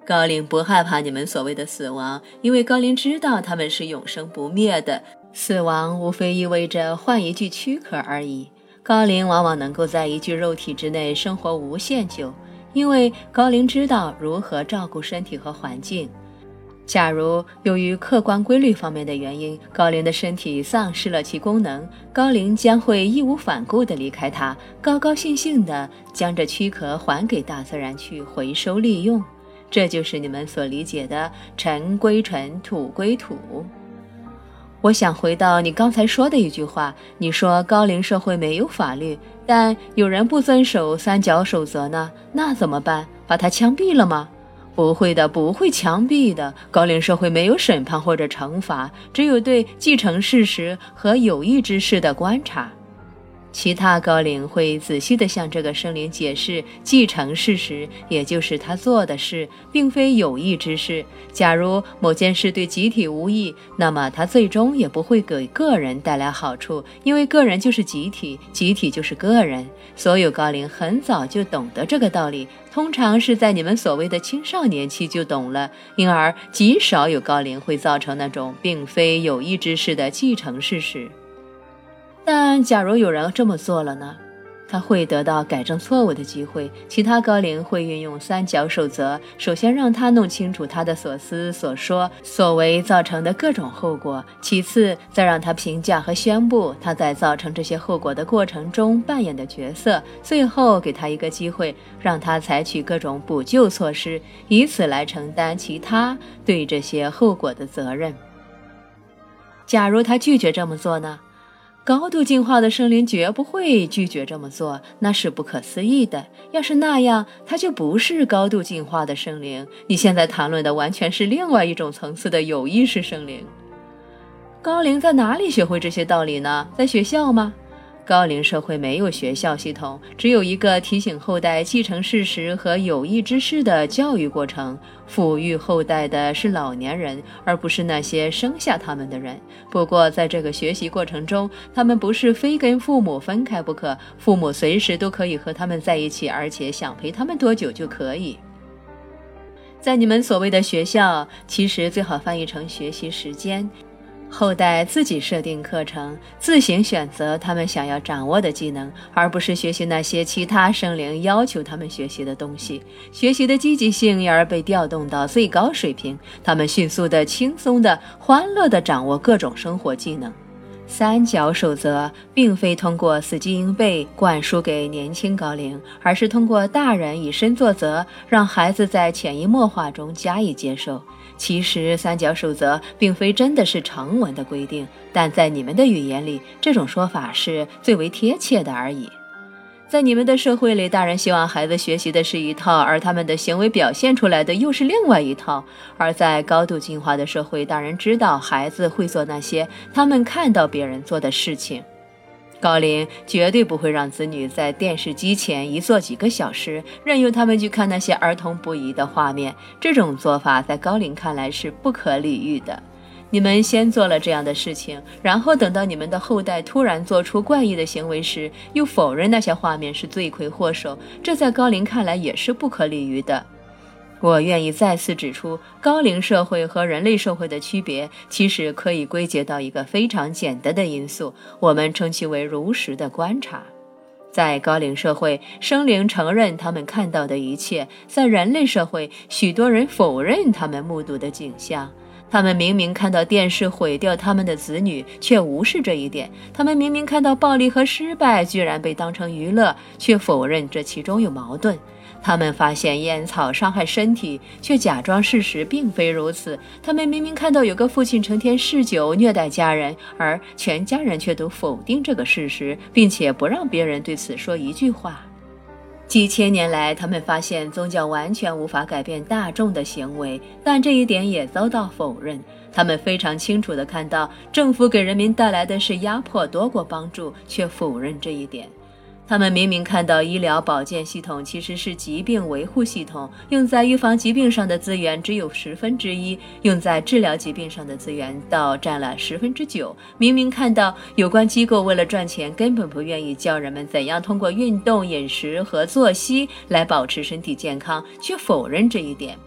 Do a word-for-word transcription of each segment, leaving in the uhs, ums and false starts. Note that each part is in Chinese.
高龄不害怕你们所谓的死亡，因为高龄知道他们是永生不灭的，死亡无非意味着换一具躯壳而已。高龄往往能够在一具肉体之内生活无限久，因为高龄知道如何照顾身体和环境。假如由于客观规律方面的原因，高龄的身体丧失了其功能，高龄将会义无反顾地离开它，高高兴兴地将这躯壳还给大自然去回收利用。这就是你们所理解的尘归尘，土归土。我想回到你刚才说的一句话，你说高龄社会没有法律，但有人不遵守三角守则呢，那怎么办？把他枪毙了吗？不会的，不会枪毙的。高龄社会没有审判或者惩罚，只有对继承事实和有益之事的观察。其他高龄会仔细地向这个生灵解释继承事实，也就是他做的事并非有益之事。假如某件事对集体无益，那么他最终也不会给个人带来好处，因为个人就是集体，集体就是个人。所有高龄很早就懂得这个道理，通常是在你们所谓的青少年期就懂了，因而极少有高龄会造成那种并非有益之事的继承事实。但假如有人这么做了呢？他会得到改正错误的机会。其他高龄会运用三角守则，首先让他弄清楚他的所思所说所为造成的各种后果，其次再让他评价和宣布他在造成这些后果的过程中扮演的角色，最后给他一个机会，让他采取各种补救措施，以此来承担其他对这些后果的责任。假如他拒绝这么做呢？高度进化的生灵绝不会拒绝这么做，那是不可思议的。要是那样，它就不是高度进化的生灵。你现在谈论的完全是另外一种层次的有意识生灵。高龄在哪里学会这些道理呢？在学校吗？高龄社会没有学校系统，只有一个提醒后代继承事实和有益之事的教育过程。抚育后代的是老年人，而不是那些生下他们的人。不过在这个学习过程中，他们不是非跟父母分开不可，父母随时都可以和他们在一起，而且想陪他们多久就可以。在你们所谓的学校，其实最好翻译成学习时间。后代自己设定课程，自行选择他们想要掌握的技能，而不是学习那些其他生灵要求他们学习的东西。学习的积极性因而被调动到最高水平，他们迅速的、轻松的、欢乐的掌握各种生活技能。三角守则并非通过死记硬背灌输给年轻高龄，而是通过大人以身作则，让孩子在潜移默化中加以接受。其实三角守则并非真的是成文的规定，但在你们的语言里，这种说法是最为贴切的而已。在你们的社会里，大人希望孩子学习的是一套，而他们的行为表现出来的又是另外一套。而在高度进化的社会，大人知道孩子会做那些他们看到别人做的事情。高龄绝对不会让子女在电视机前一坐几个小时，任由他们去看那些儿童不宜的画面。这种做法在高龄看来是不可理喻的。你们先做了这样的事情，然后等到你们的后代突然做出怪异的行为时，又否认那些画面是罪魁祸首，这在高龄看来也是不可理喻的。我愿意再次指出，高龄社会和人类社会的区别其实可以归结到一个非常简单的因素，我们称其为如实的观察。在高龄社会，生灵承认他们看到的一切；在人类社会，许多人否认他们目睹的景象。他们明明看到电视毁掉他们的子女，却无视这一点；他们明明看到暴力和失败，居然被当成娱乐，却否认这其中有矛盾。他们发现烟草伤害身体，却假装事实并非如此。他们明明看到有个父亲成天嗜酒虐待家人，而全家人却都否定这个事实，并且不让别人对此说一句话。几千年来，他们发现宗教完全无法改变大众的行为，但这一点也遭到否认。他们非常清楚地看到，政府给人民带来的是压迫多过帮助，却否认这一点。他们明明看到医疗保健系统其实是疾病维护系统，用在预防疾病上的资源只有十分之一，用在治疗疾病上的资源倒占了十分之九。明明看到有关机构为了赚钱根本不愿意教人们怎样通过运动、饮食和作息来保持身体健康，却否认这一点。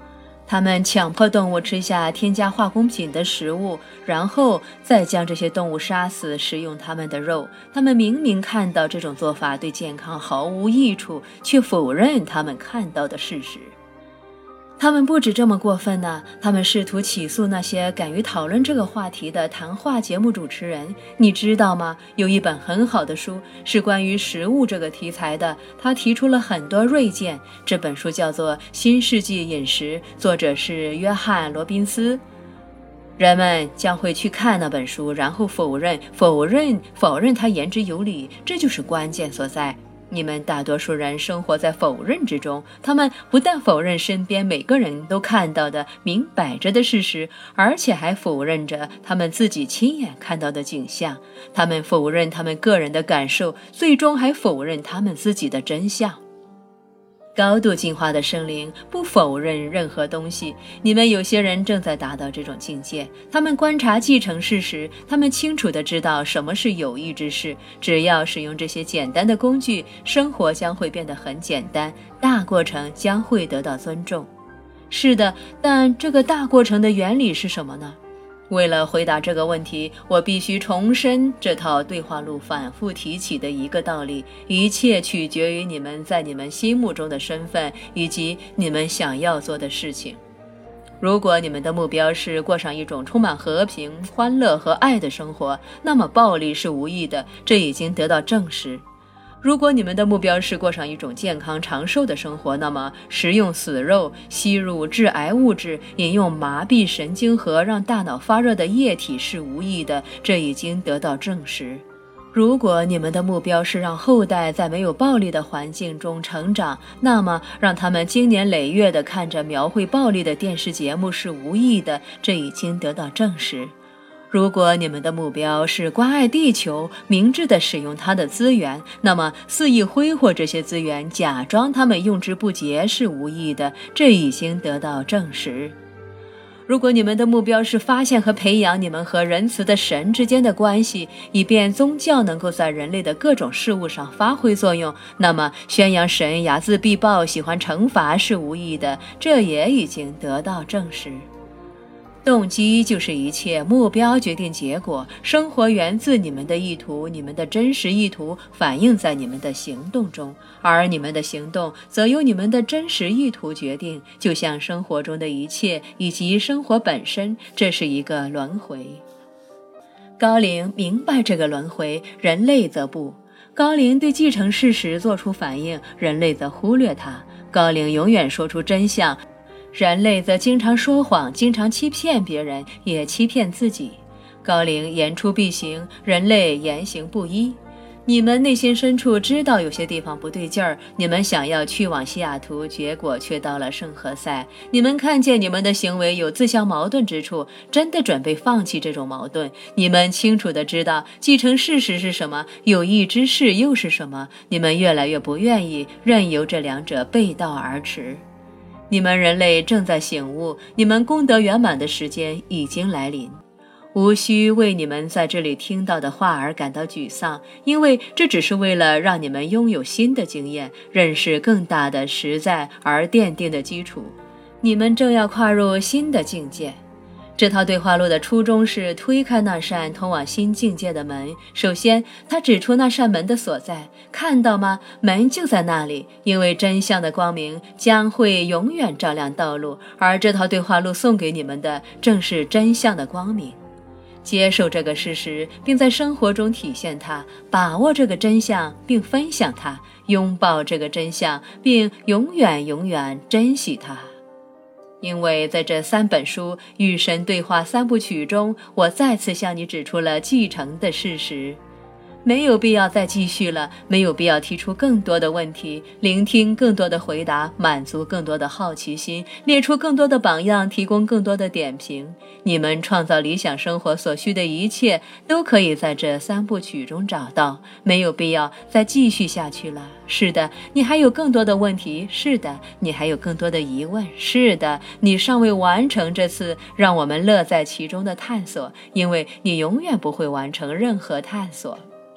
他们强迫动物吃下添加化工品的食物，然后再将这些动物杀死，食用它们的肉。他们明明看到这种做法对健康毫无益处，却否认他们看到的事实。他们不止这么过分呢，他们试图起诉那些敢于讨论这个话题的谈话节目主持人。你知道吗？有一本很好的书是关于食物这个题材的，他提出了很多锐见。这本书叫做《新世纪饮食》，作者是约翰·罗宾斯。人们将会去看那本书，然后否认、否认、否认它言之有理，这就是关键所在。你们大多数人生活在否认之中，他们不但否认身边每个人都看到的明摆着的事实，而且还否认着他们自己亲眼看到的景象。他们否认他们个人的感受，最终还否认他们自己的真相。高度进化的生灵不否认任何东西，你们有些人正在达到这种境界。他们观察既成事实，他们清楚地知道什么是有益之事。只要使用这些简单的工具，生活将会变得很简单，大过程将会得到尊重。是的，但这个大过程的原理是什么呢？为了回答这个问题，我必须重申这套对话录反复提起的一个道理：一切取决于你们在你们心目中的身份以及你们想要做的事情。如果你们的目标是过上一种充满和平、欢乐和爱的生活，那么暴力是无益的，这已经得到证实。如果你们的目标是过上一种健康长寿的生活，那么食用死肉、吸入致癌物质、饮用麻痹神经和让大脑发热的液体是无益的，这已经得到证实。如果你们的目标是让后代在没有暴力的环境中成长，那么让他们经年累月地看着描绘暴力的电视节目是无益的，这已经得到证实。如果你们的目标是关爱地球，明智地使用它的资源，那么肆意挥霍这些资源，假装他们用之不竭是无益的，这已经得到证实。如果你们的目标是发现和培养你们和仁慈的神之间的关系，以便宗教能够在人类的各种事物上发挥作用，那么宣扬神睚眦必报、喜欢惩罚是无益的，这也已经得到证实。动机就是一切，目标决定结果，生活源自你们的意图，你们的真实意图反映在你们的行动中，而你们的行动则由你们的真实意图决定，就像生活中的一切以及生活本身，这是一个轮回。高龄明白这个轮回，人类则不。高龄对继承事实做出反应，人类则忽略它。高龄永远说出真相，人类则经常说谎，经常欺骗别人，也欺骗自己。高龄言出必行，人类言行不一。你们内心深处知道有些地方不对劲儿，你们想要去往西雅图，结果却到了圣何塞。你们看见你们的行为有自相矛盾之处，真的准备放弃这种矛盾。你们清楚地知道继承事实是什么，有益之事又是什么。你们越来越不愿意任由这两者背道而驰。你们人类正在醒悟，你们功德圆满的时间已经来临。无需为你们在这里听到的话而感到沮丧，因为这只是为了让你们拥有新的经验，认识更大的实在而奠定的基础。你们正要跨入新的境界。这套对话录的初衷是推开那扇通往新境界的门。首先，他指出那扇门的所在，看到吗？门就在那里，因为真相的光明将会永远照亮道路，而这套对话录送给你们的正是真相的光明。接受这个事实，并在生活中体现它，把握这个真相并分享它，拥抱这个真相并永远永远珍惜它。因为在这三本书与神对话三部曲中，我再次向你指出了继承的事实。没有必要再继续了，没有必要提出更多的问题，聆听更多的回答，满足更多的好奇心，列出更多的榜样，提供更多的点评。你们创造理想生活所需的一切都可以在这三部曲中找到，没有必要再继续下去了。是的，你还有更多的问题，是的，你还有更多的疑问，是的，你尚未完成这次让我们乐在其中的探索，因为你永远不会完成任何探索。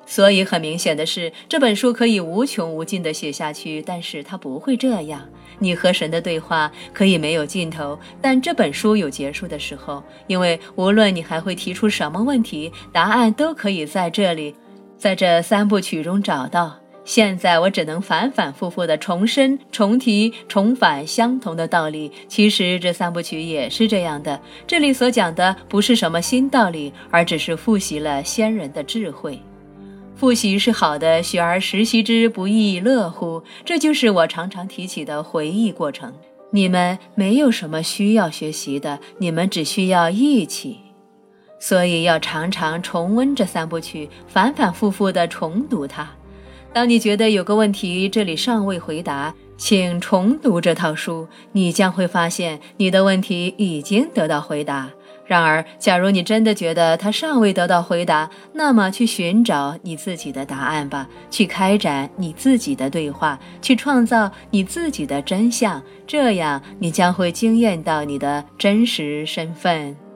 所以很明显的是，这本书可以无穷无尽地写下去，但是它不会这样。你和神的对话可以没有尽头，但这本书有结束的时候，因为无论你还会提出什么问题，答案都可以在这里，在这三部曲中找到。现在我只能反反复复地重申、重提、重返相同的道理。其实这三部曲也是这样的，这里所讲的不是什么新道理，而只是复习了先人的智慧。复习是好的，学而时习之，不亦乐乎？这就是我常常提起的回忆过程。你们没有什么需要学习的，你们只需要一起。所以要常常重温这三部曲，反反复复地重读它。当你觉得有个问题这里尚未回答，请重读这套书，你将会发现你的问题已经得到回答。然而，假如你真的觉得它尚未得到回答，那么去寻找你自己的答案吧，去开展你自己的对话，去创造你自己的真相，这样你将会惊艳到你的真实身份。